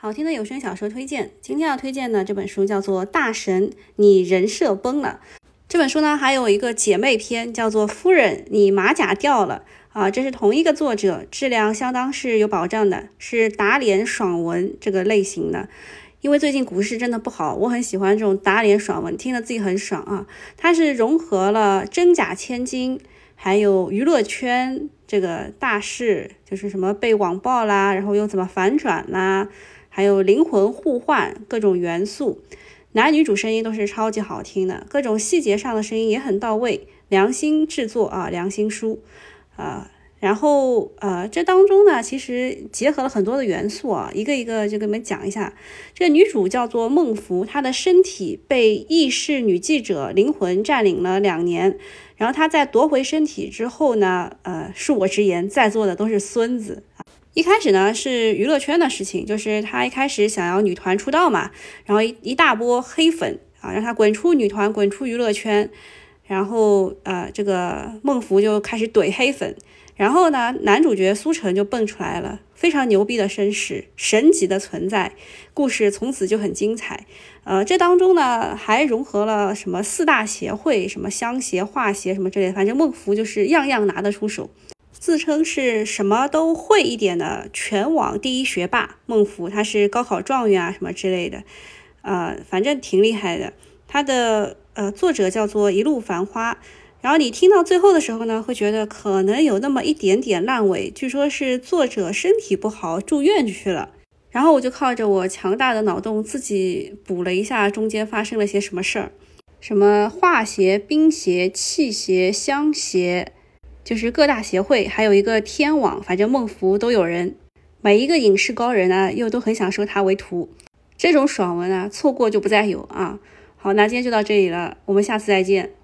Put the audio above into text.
好听的有声小说推荐，今天要推荐的这本书叫做《大神，你人设崩了》。这本书呢还有一个姐妹篇，叫做《夫人，你马甲掉了》这是同一个作者，质量相当是有保障的，是打脸爽文这个类型的。因为最近股市真的不好，我很喜欢这种打脸爽文，听得自己很爽啊。它是融合了真假千金，还有娱乐圈这个大事，就是什么被网暴啦，然后又怎么反转啦，还有灵魂互换各种元素，男女主声音都是超级好听的，各种细节上的声音也很到位，良心制作啊，良心书然后这当中呢其实结合了很多的元素啊，一个一个就跟你们讲一下。这个女主叫做孟福，她的身体被异世女记者灵魂占领了2年，然后她在夺回身体之后呢恕我直言，在座的都是孙子。一开始呢是娱乐圈的事情，就是她一开始想要女团出道嘛，然后一大波黑粉让她滚出女团，滚出娱乐圈，然后这个孟福就开始怼黑粉。然后呢，男主角苏成就蹦出来了，非常牛逼的身世，神级的存在，故事从此就很精彩。这当中呢还融合了什么4大协会，什么乡协、化协什么之类的，反正孟福就是样样拿得出手，自称是什么都会一点的全网第一学霸。孟福他是高考状元啊什么之类的，反正挺厉害的。他的作者叫做一路繁花。然后你听到最后的时候呢，会觉得可能有那么一点点烂尾，据说是作者身体不好住院去了。然后我就靠着我强大的脑洞自己补了一下中间发生了些什么事儿，什么化协、兵协、气协、乡协，就是各大协会，还有一个天网，反正孟福都有人，每一个影视高人呢又都很想收他为徒。这种爽文啊，错过就不再有啊。好，那今天就到这里了，我们下次再见。